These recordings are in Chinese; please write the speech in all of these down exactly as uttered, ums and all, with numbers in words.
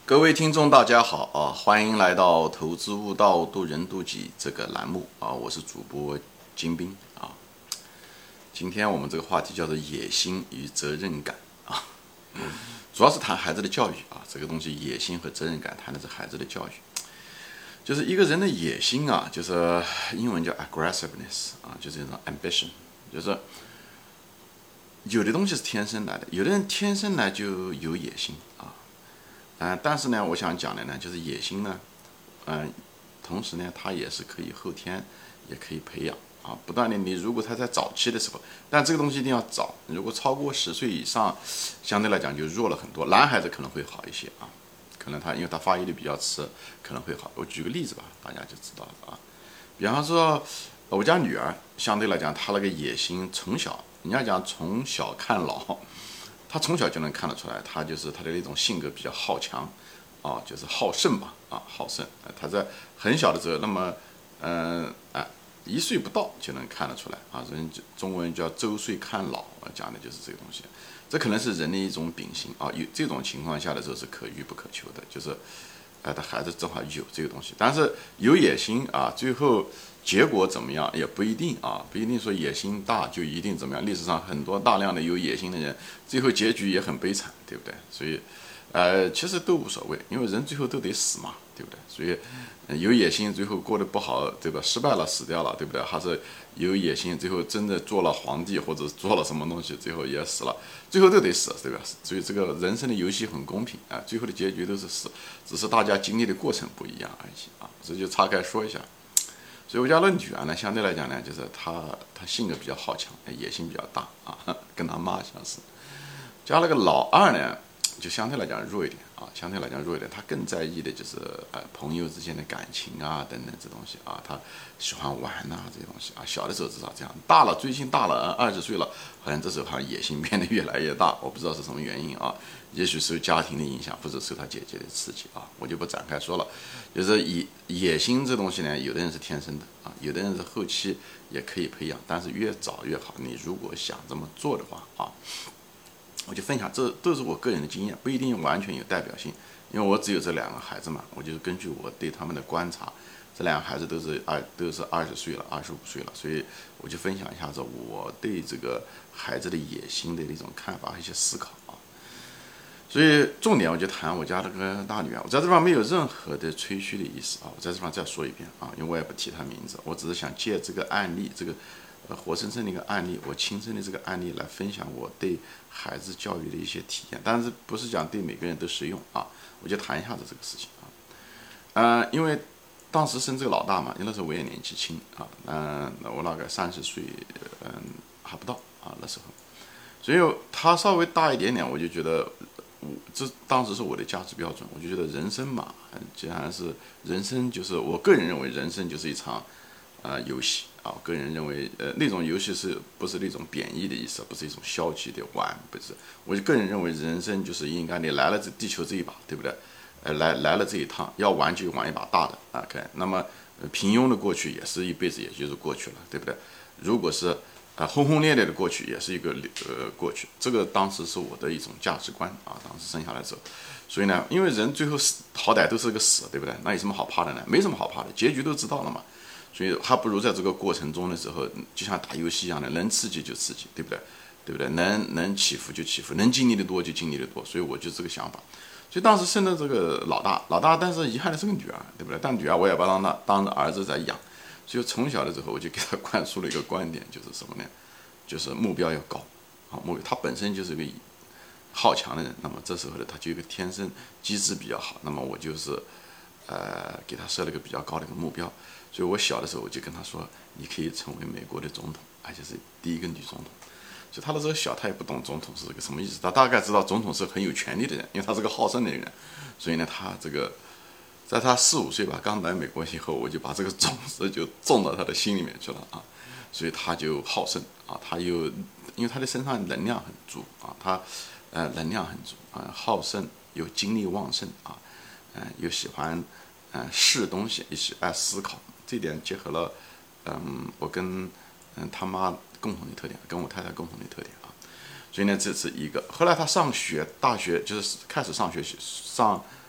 各位听众，大家好啊！欢迎来到《投资悟道，渡人渡己》这个栏目啊！我是主播金兵啊。今天我们这个话题叫做野心与责任感啊，主要是谈孩子的教育啊。这个东西，野心和责任感谈的是孩子的教育。就是一个人的野心啊，就是英文叫 aggressiveness 啊，就是这种 ambition， 就是有的东西是天生来的，有的人天生来就有野心啊。嗯、呃，但是呢，我想讲的呢，就是野心呢，嗯、呃，同时呢，它也是可以后天也可以培养啊，不断的。你如果他在早期的时候，但这个东西一定要早，如果超过十岁以上，相对来讲就弱了很多。男孩子可能会好一些啊，可能他因为他发育的比较迟，可能会好。我举个例子吧，大家就知道了啊。比方说，我家女儿相对来讲，她那个野心从小，人家讲从小看老。他从小就能看得出来，他就是他的那种性格比较好强，啊，就是好胜吧，啊，好胜。他在很小的时候，那么，嗯、呃，啊，一岁不到就能看得出来，啊，人中文叫周岁看老，讲的就是这个东西。这可能是人的一种秉性啊，有这种情况下的时候是可遇不可求的，就是，呃，他孩子正好有这个东西，但是有野心啊，最后。结果怎么样也不一定啊，不一定说野心大就一定怎么样。历史上很多大量的有野心的人，最后结局也很悲惨，对不对？所以，呃，其实都无所谓，因为人最后都得死嘛，对不对？所以，呃、有野心最后过得不好，对吧？失败了，死掉了，对不对？还是有野心最后真的做了皇帝或者做了什么东西，最后也死了，最后都得死，对吧？所以这个人生的游戏很公平啊，最后的结局都是死，只是大家经历的过程不一样而已啊。这就岔开说一下。所以我家那女儿呢，相对来讲呢，就是她她性格比较好强，野心比较大啊，跟她妈相似。家那个老二呢，就相对来讲弱一点啊，相对来讲弱一点，他更在意的就是呃朋友之间的感情啊等等这东西啊，他喜欢玩呐、啊、这些东西啊。小的时候至少这样，大了最近大了二十岁了，好像这时候好像野心变得越来越大，我不知道是什么原因啊，也许受家庭的影响，或者受他姐姐的刺激啊，我就不展开说了。就是野野心这东西呢，有的人是天生的啊，有的人是后期也可以培养，但是越早越好。你如果想这么做的话啊。我就分享，这都是我个人的经验，不一定完全有代表性，因为我只有这两个孩子嘛，我就根据我对他们的观察，这两个孩子都是二都是二十岁了，二十五岁了，所以我就分享一下子我对这个孩子的野心的一种看法和一些思考啊。所以重点我就谈我家那个大女儿，我在这地方没有任何的吹嘘的意思啊，我在这地方再说一遍啊，因为我也不提她名字，我只是想借这个案例，这个。呃，活生生的一个案例，我亲身的这个案例来分享我对孩子教育的一些体验，但是不是讲对每个人都适用啊？我就谈一下子这个事情啊。呃，因为当时生这个老大嘛，因为那时候我也年纪轻啊，嗯、呃，我大概三十岁，嗯、呃，还不到啊那时候，所以他稍微大一点点，我就觉得，我这当时是我的价值标准，我就觉得人生嘛，既然是人生，就是我个人认为人生就是一场。呃，游戏啊，我个人认为，呃，那种游戏是不是那种贬义的意思，不是一种消极的玩，不是。我就个人认为，人生就是应该你来了这地球这一把，对不对？呃，来来了这一趟，要玩就玩一把大的啊。OK，那么、呃、平庸的过去也是一辈子，也就是过去了，对不对？如果是呃轰轰烈烈的过去，也是一个呃过去。这个当时是我的一种价值观啊。当时生下来之后，所以呢，因为人最后死，好歹都是个死，对不对？那有什么好怕的呢？没什么好怕的，结局都知道了嘛。所以还不如在这个过程中的时候，就像打游戏一样的，能刺激就刺激，对不对？对不对？能能起伏就起伏，能经历的多就经历的多。所以我就这个想法。所以当时生的这个老大，老大，但是遗憾的是个女儿，对不对？但女儿我也把她当着儿子在养。所以从小的时候我就给她灌输了一个观点，就是什么呢？就是目标要高啊，目标他本身就是个好强的人，那么这时候呢，他就有一个天生机制比较好。那么我就是。呃，给他设了一个比较高的一个目标，所以我小的时候我就跟他说，你可以成为美国的总统，而且是第一个女总统。所以他那时候小，他也不懂总统是个什么意思，他大概知道总统是很有权力的人，因为他是个好胜的人。所以呢，他这个在他四五岁吧，刚来美国以后，我就把这个种子就种到他的心里面去了啊。所以他就好胜啊，他又因为他的身上能量很足啊，他呃能量很足啊，好胜又精力旺盛啊。嗯、呃，又喜欢，嗯、呃，试东西，也喜爱思考，这点结合了，嗯，我跟嗯他妈共同的特点，跟我太太共同的特点啊，所以呢，这是一个。后来他上学，大学就是开始上学，上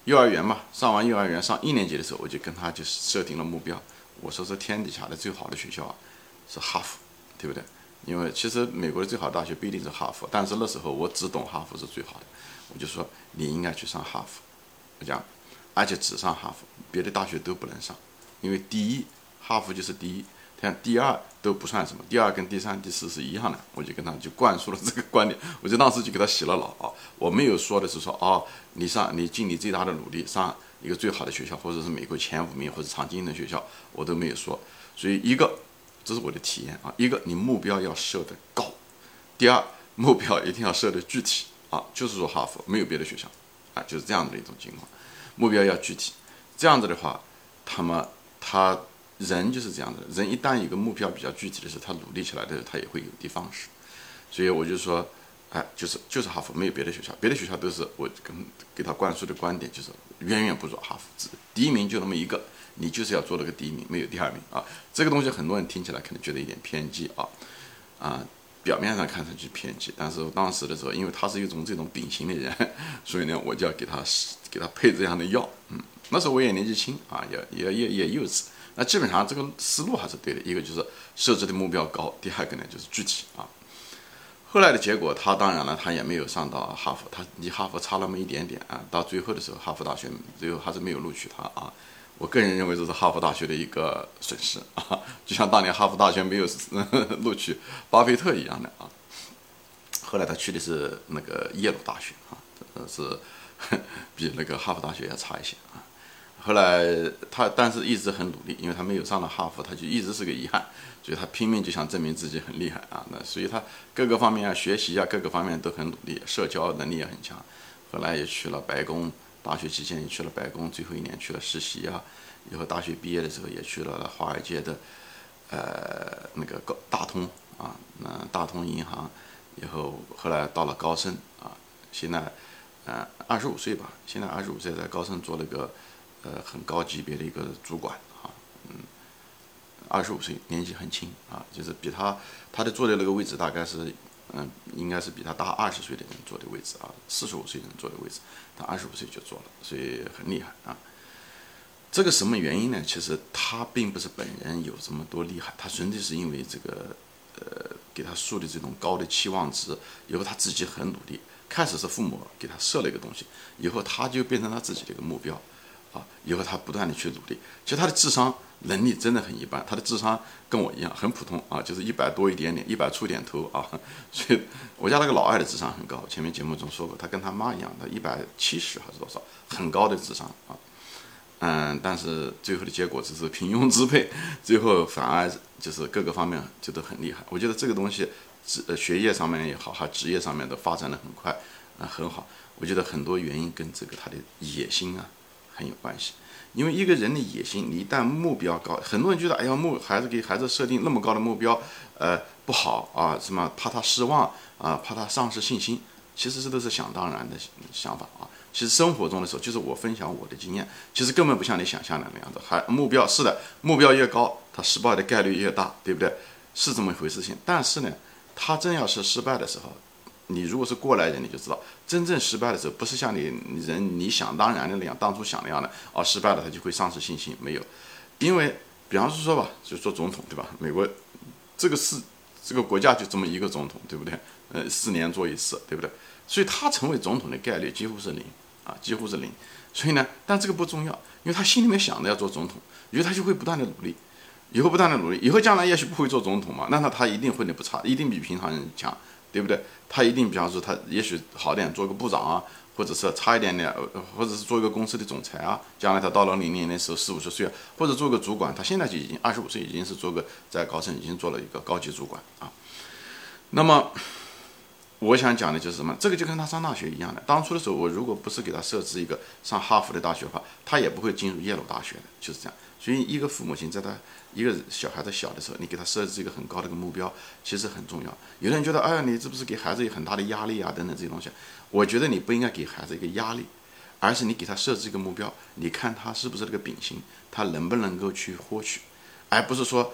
幼儿园嘛，上完幼儿园上一年级的时候，我就跟他就设定了目标。我说这天底下的最好的学校啊，是哈佛，对不对？因为其实美国的最好的大学不一定是哈佛，但是那时候我只懂哈佛是最好的，我就说你应该去上哈佛。我讲，而且只上哈佛，别的大学都不能上，因为第一，哈佛就是第一，像第二都不算什么，第二跟第三、第四是一样的。我就跟他就灌输了这个观点，我就当时就给他洗了脑啊。我没有说的是说哦，你上你尽你最大的努力上一个最好的学校，或者是美国前五名或者常青的学校，我都没有说。所以一个，这是我的体验啊，一个你目标要设得高，第二目标一定要设得具体啊，就是说哈佛没有别的学校啊，就是这样的一种情况，目标要具体，这样子的话，他们他人就是这样的，人一旦有个目标比较具体的时候，他努力起来的时候，他也会有的放矢。所以我就说，哎，就是就是哈佛，没有别的学校，别的学校都是我跟给他灌输的观点，就是远远不如哈佛，第一名就那么一个，你就是要做那个第一名，没有第二名啊。这个东西很多人听起来可能觉得有点偏激啊，啊，表面上看上去偏激，但是当时的时候，因为他是一种这种秉性的人，所以呢，我就要给他给他配这样的药，嗯，那时候我也年纪轻啊，也也也也幼稚。那基本上这个思路还是对的，一个就是设置的目标高，第二个呢就是具体啊。后来的结果，他当然了，他也没有上到哈佛，他离哈佛差那么一点点啊。到最后的时候，哈佛大学最后还是没有录取他啊。我个人认为这是哈佛大学的一个损失啊，就像当年哈佛大学没有录取巴菲特一样的啊。后来他去的是那个耶鲁大学啊，是比那个哈佛大学要差一些啊。后来他，但是一直很努力，因为他没有上到哈佛，他就一直是个遗憾，所以他拼命就想证明自己很厉害啊。那所以他各个方面啊，学习啊，各个方面都很努力，社交能力也很强。后来也去了白宫，大学期间也去了白宫，最后一年去了实习啊。以后大学毕业的时候也去了华尔街的，呃，那个高大通啊，那大通银行。以后后来到了高盛啊，现在呃二十五岁吧，现在二十五岁在高盛做了个。呃，很高级别的一个主管啊，嗯，二十五岁，年纪很轻啊，就是比他他的坐的那个位置大概是，嗯，应该是比他大二十岁的人坐的位置啊，四十五岁人坐的位置，他二十五岁就做了，所以很厉害啊。这个什么原因呢？其实他并不是本人有这么多厉害，他纯粹是因为这个，呃，给他树的这种高的期望值，以后他自己很努力。开始是父母给他设了一个东西，以后他就变成他自己的一个目标。啊，以后他不断的去努力，其实他的智商能力真的很一般，他的智商跟我一样很普通啊，就是一百多一点点，一百出点头啊。所以我家那个老二的智商很高，前面节目中说过，他跟他妈一样的，一百七十还是多少，很高的智商啊。嗯，但是最后的结果只是平庸之辈，最后反而就是各个方面就都很厉害。我觉得这个东西，职学业上面也好，还职业上面都发展的很快，啊，很好。我觉得很多原因跟这个他的野心啊。很有关系，因为一个人的野心，你一旦目标高，很多人觉得，哎呀，目孩子给孩子设定那么高的目标，呃，不好啊，什么怕他失望啊，怕他丧失信心，其实这都是想当然的想法啊。其实生活中的时候，就是我分享我的经验，其实根本不像你想象的那样子。还目标是的，目标越高，他失败的概率越大，对不对？是这么一回事情。但是呢，他真要是失败的时候，你如果是过来人，你就知道，真正失败的时候，不是像你人你想当然的那样，当初想那样的，哦，失败了他就会丧失信心，没有，因为比方说吧，就做总统对吧？美国这个是这个国家就这么一个总统，对不对？呃，四年做一次，对不对？所以他成为总统的概率几乎是零啊，几乎是零。所以呢，但这个不重要，因为他心里面想着要做总统，以后他就会不断的努力，以后不断的努力，以后将来也许不会做总统嘛，那他他一定混得不差，一定比平常人强。对不对？他一定，比方说，他也许好点，做个部长啊，或者是差一点点，或者是做一个公司的总裁啊。将来他到了零零年的时候，四五十岁，或者做个主管，他现在就已经二十五岁，已经是做个在高盛已经做了一个高级主管啊。那么，我想讲的就是什么？这个就跟他上大学一样的。当初的时候，我如果不是给他设置一个上哈佛的大学的话，他也不会进入耶鲁大学的，就是这样。所以，一个父母亲在他一个小孩子小的时候，你给他设置一个很高的一个目标，其实很重要。有的人觉得，哎呀，你这不是给孩子有很大的压力啊，等等这些东西。我觉得你不应该给孩子一个压力，而是你给他设置一个目标，你看他是不是这个秉性，他能不能够去获取，而不是说，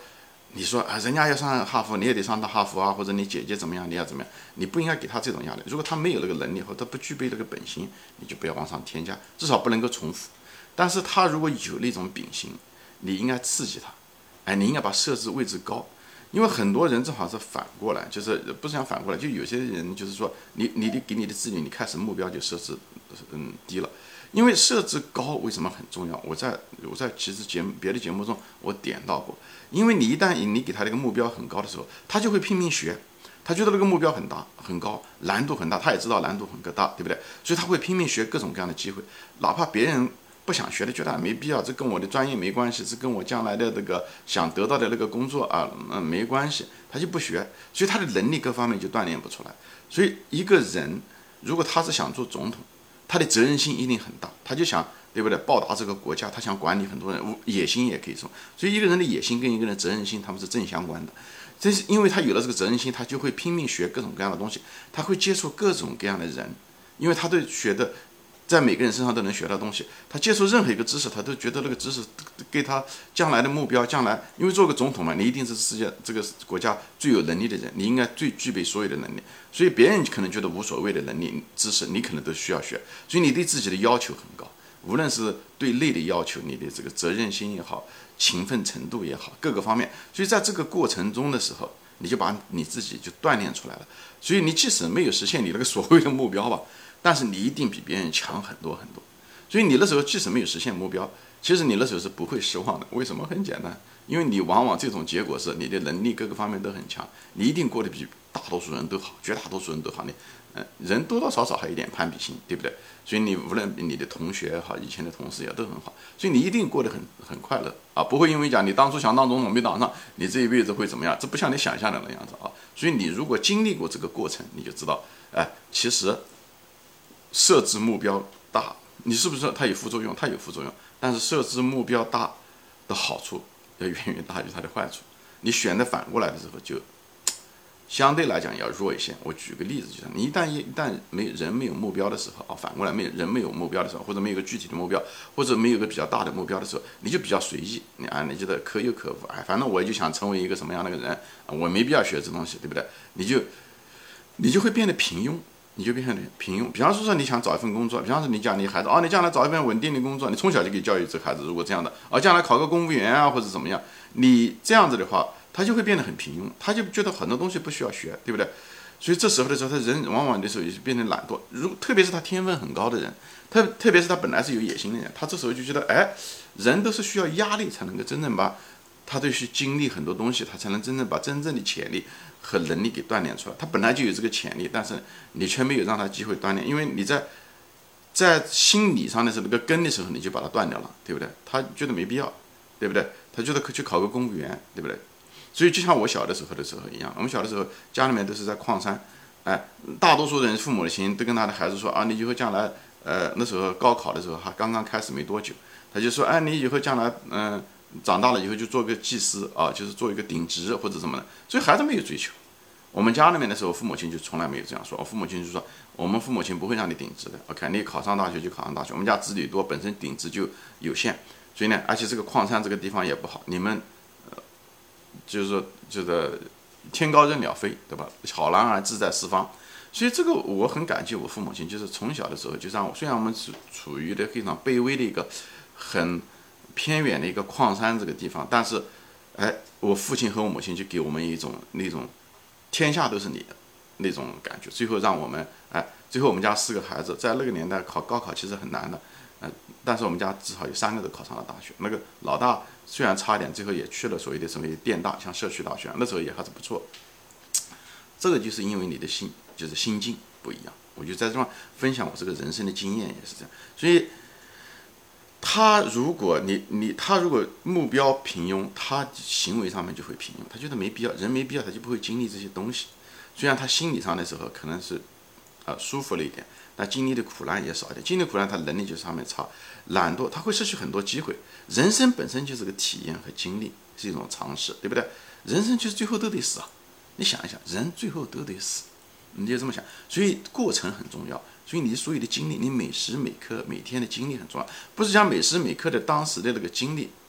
你说啊，人家要上哈佛，你也得上到哈佛啊，或者你姐姐怎么样，你要怎么样，你不应该给他这种压力。如果他没有那个能力或者他不具备这个本心，你就不要往上添加，至少不能够重复。但是他如果有那种秉性，你应该刺激他，哎，你应该把设置位置高。因为很多人正好是反过来，就是不是想反过来，就有些人就是说，你你的给你的子女，你开始目标就设置嗯低了，因为设置高为什么很重要？我在我在其实节目别的节目中我点到过，因为你一旦你给他这个目标很高的时候，他就会拼命学，他觉得这个目标很大很高，难度很大，他也知道难度很大，对不对？所以他会拼命学各种各样的机会，哪怕别人不想学的，觉得没必要，这跟我的专业没关系，这跟我将来的这个想得到的那个工作啊，嗯，没关系，他就不学，所以他的能力各方面就锻炼不出来。所以一个人如果他是想做总统，他的责任心一定很大，他就想，对不对？报答这个国家，他想管理很多人，野心也可以说。所以一个人的野心跟一个人的责任心，他们是正相关的。这是因为他有了这个责任心，他就会拼命学各种各样的东西，他会接触各种各样的人，因为他对学的。在每个人身上都能学到东西，他接触任何一个知识，他都觉得那个知识给他将来的目标，将来因为做个总统嘛，你一定是世界这个国家最有能力的人，你应该最具备所有的能力，所以别人可能觉得无所谓的能力知识，你可能都需要学，所以你对自己的要求很高，无论是对内的要求，你的这个责任心也好，勤奋程度也好，各个方面，所以在这个过程中的时候，你就把你自己就锻炼出来了，所以你即使没有实现你那个所谓的目标吧。但是你一定比别人强很多很多，所以你那时候即使没有实现目标，其实你那时候是不会失望的。为什么？很简单，因为你往往这种结果是你的能力各个方面都很强，你一定过得比大多数人都好，绝大多数人都好。你，嗯，人多多少少还有一点攀比心，对不对？所以你无论你的同学也好，以前的同事也都很好，所以你一定过得很很快乐啊，不会因为讲你当初想当总统没当上，你这一辈子会怎么样？这不像你想象的那样子啊。所以你如果经历过这个过程，你就知道，哎，其实。设置目标大，你是不是它有副作用？它有副作用，但是设置目标大的好处要远远大于它的坏处。你选的反过来的时候，就相对来讲要弱一些。我举个例子，就是你一旦一旦没人没有目标的时候啊，反过来没有人没有目标的时候，或者没有个具体的目标，或者没有个比较大的目标的时候，你就比较随意。你啊，你觉得可有可无，哎，反正我就想成为一个什么样的一个人，我没必要学这东西，对不对？你就你就会变得平庸。你就变成平庸。比方说，你想找一份工作，比方说你讲你孩子，哦，你将来找一份稳定的工作，你从小就给教育这个孩子，如果这样的，啊，将来考个公务员啊，或者怎么样，你这样子的话，他就会变得很平庸，他就觉得很多东西不需要学，对不对？所以这时候的时候，他人往往的时候也就变成懒惰。如特别是他天分很高的人，特特别是他本来是有野心的人，他这时候就觉得，哎，人都是需要压力才能够真正把。他得去经历很多东西，他才能真正把真正的潜力和能力给锻炼出来。他本来就有这个潜力，但是你却没有让他机会锻炼，因为你在在心理上的是那个根的时候，你就把它断掉了，对不对？他觉得没必要，对不对？他觉得去考个公务员，对不对？所以就像我小的时候的时候一样，我们小的时候家里面都是在矿山，哎，大多数人父母的心都跟他的孩子说啊，你以后将来，呃，那时候高考的时候还刚刚开始没多久，他就说，哎，你以后将来，嗯、呃。长大了以后就做个技师啊，就是做一个顶职或者什么的，所以孩子没有追求。我们家里面的时候，父母亲就从来没有这样说。我父母亲就说，我们父母亲不会让你顶职的。OK， 你考上大学就考上大学。我们家子女多，本身顶职就有限，所以呢，而且这个矿山这个地方也不好，你们，呃，就是说，就是天高任鸟飞，对吧？好男儿志在四方。所以这个我很感激我父母亲，就是从小的时候就让我，虽然我们是处于的非常卑微的一个很。偏远的一个矿山这个地方，但是，哎，我父亲和我母亲就给我们一种那种天下都是你的那种感觉。最后让我们，哎，最后我们家四个孩子在那个年代考高考其实很难的，嗯、呃，但是我们家至少有三个都考上了大学。那个老大虽然差一点，最后也去了所谓的什么电大，像社区大学，那时候也还是不错。这个就是因为你的心就是心境不一样。我就在这地方分享我这个人生的经验也是这样，所以。他如果你你他如果目标平庸，他行为上面就会平庸，他觉得没必要，人没必要，他就不会经历这些东西。虽然他心理上的时候可能是，呃舒服了一点，但经历的苦难也少一点。经历苦难，他能力就上面差，懒惰，他会失去很多机会。人生本身就是个体验和经历，是一种尝试，对不对？人生就是最后都得死啊！你想一想，人最后都得死，你就这么想，所以过程很重要。所以你所有的经历，你每时每刻每天的经历很重要，不是讲每时每刻的当时的那个经历不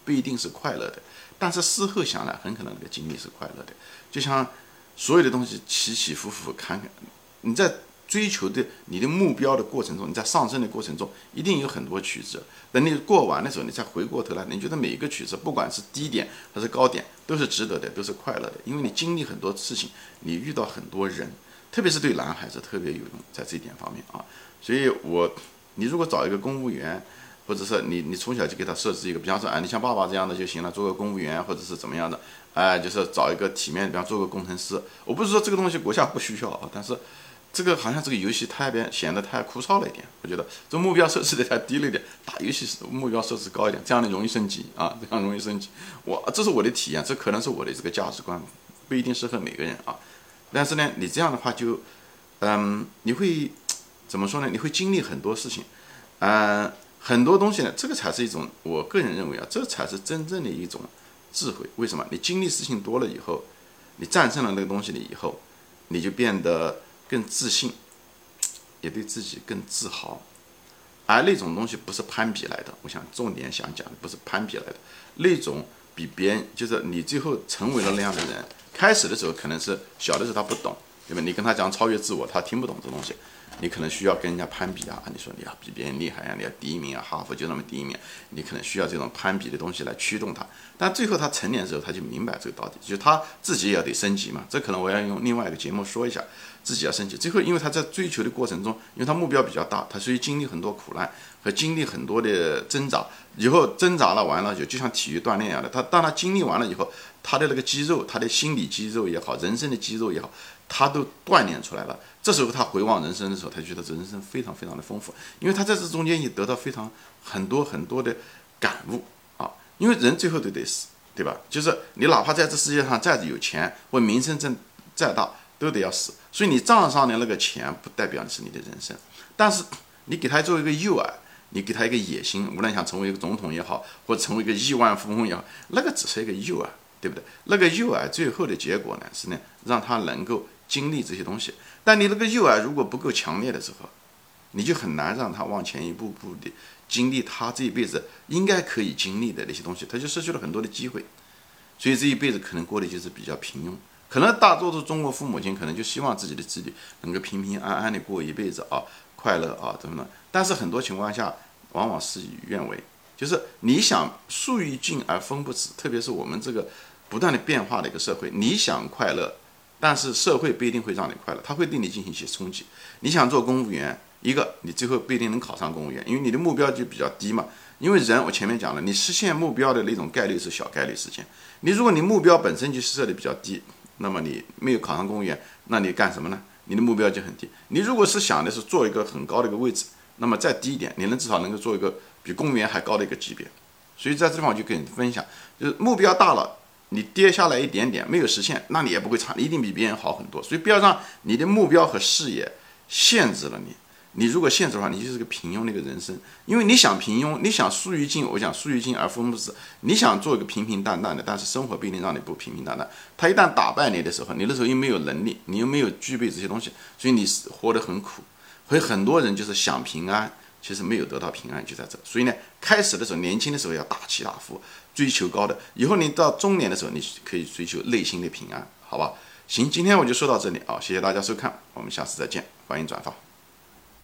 不一定是快乐的，但是事后想来，很可能那个经历是快乐的。就像所有的东西起起伏伏，坎坎，你在追求的你的目标的过程中，你在上升的过程中，一定有很多曲折。等你过完的时候，你再回过头来，你觉得每一个曲折，不管是低点还是高点，都是值得的，都是快乐的。因为你经历很多事情，你遇到很多人，特别是对男孩子特别有用，在这一点方面啊。所以我，你如果找一个公务员，或者是你你从小就给他设置一个，比方说，啊，你像爸爸这样的就行了，做个公务员，或者是怎么样的，哎，就是找一个体面，比方做个工程师。我不是说这个东西国家不需要啊，但是。这个好像这个游戏太边显得太枯燥了一点，我觉得这目标设置的太低了一点，打游戏是目标设置高一点，这样的容易升级啊，这样容易升级。我这是我的体验，这可能是我的这个价值观，不一定适合每个人啊。但是呢，你这样的话就，嗯，你会怎么说呢？你会经历很多事情，嗯，很多东西呢，这个才是一种，我个人认为啊，这才是真正的一种智慧。为什么？你经历事情多了以后，你战胜了那个东西了以后，你就变得更自信，也对自己更自豪，而那种东西不是攀比来的。我想重点想讲的不是攀比来的，那种比别人就是你最后成为了那样的人。开始的时候可能是小的时候他不懂，对吧？你跟他讲超越自我，他听不懂这东西。你可能需要跟人家攀比啊，你说你要比别人厉害啊，你要第一名啊，哈佛就那么第一名，你可能需要这种攀比的东西来驱动他。但最后他成年之后，他就明白这个道理，就是他自己也要得升级嘛。这可能我要用另外一个节目说一下，自己要升级。最后，因为他在追求的过程中，因为他目标比较大，他所以经历很多苦难和经历很多的挣扎。以后挣扎了完了就就像体育锻炼一样的，他当他经历完了以后，他的那个肌肉，他的心理肌肉也好，人生的肌肉也好，他都锻炼出来了。这时候他回望人生的时候，他觉得人生非常非常的丰富，因为他在这中间也得到非常很多很多的感悟啊。因为人最后都得死，对吧？就是你哪怕在这世界上再有钱或名声再再大，都得要死。所以你账上的那个钱不代表是你的人生，但是你给他做一个诱饵，你给他一个野心，无论想成为一个总统也好，或者成为一个亿万富翁也好，那个只是一个诱饵，对不对？那个诱饵最后的结果呢，是呢让他能够经历这些东西。但你那个诱饵如果不够强烈的时候，你就很难让他往前一步步的经历他这一辈子应该可以经历的那些东西，他就失去了很多的机会。所以这一辈子可能过得就是比较平庸。可能大多数中国父母亲可能就希望自己的子女能够平平安安的过一辈子啊，快乐啊，怎么的？但是很多情况下，往往事与愿违。就是你想树欲静而风不止，特别是我们这个不断的变化的一个社会，你想快乐。但是社会不一定会让你快乐，它会对你进行一些冲击。你想做公务员，一个你最后不一定能考上公务员，因为你的目标就比较低嘛。因为人，我前面讲了，你实现目标的那种概率是小概率事件。你如果你目标本身就设的比较低，那么你没有考上公务员，那你干什么呢？你的目标就很低。你如果是想的是做一个很高的一个位置，那么再低一点，你能至少能够做一个比公务员还高的一个级别。所以在这地方我就跟你分享，就是目标大了。你跌下来一点点没有实现，那你也不会差，你一定比别人好很多。所以不要让你的目标和视野限制了你。你如果限制的话，你就是个平庸的一个人生。因为你想平庸，你想树欲静，我想树欲静而风不止。你想做一个平平淡淡的，但是生活不一定让你不平平淡淡。他一旦打败你的时候，你那时候又没有能力，你又没有具备这些东西，所以你活得很苦。所以很多人就是想平安，其实没有得到平安，就在这。所以呢，开始的时候，年轻的时候要大起大伏，追求高的。以后你到中年的时候，你可以追求内心的平安，好吧？行，今天我就说到这里啊，谢谢大家收看，我们下次再见，欢迎转发。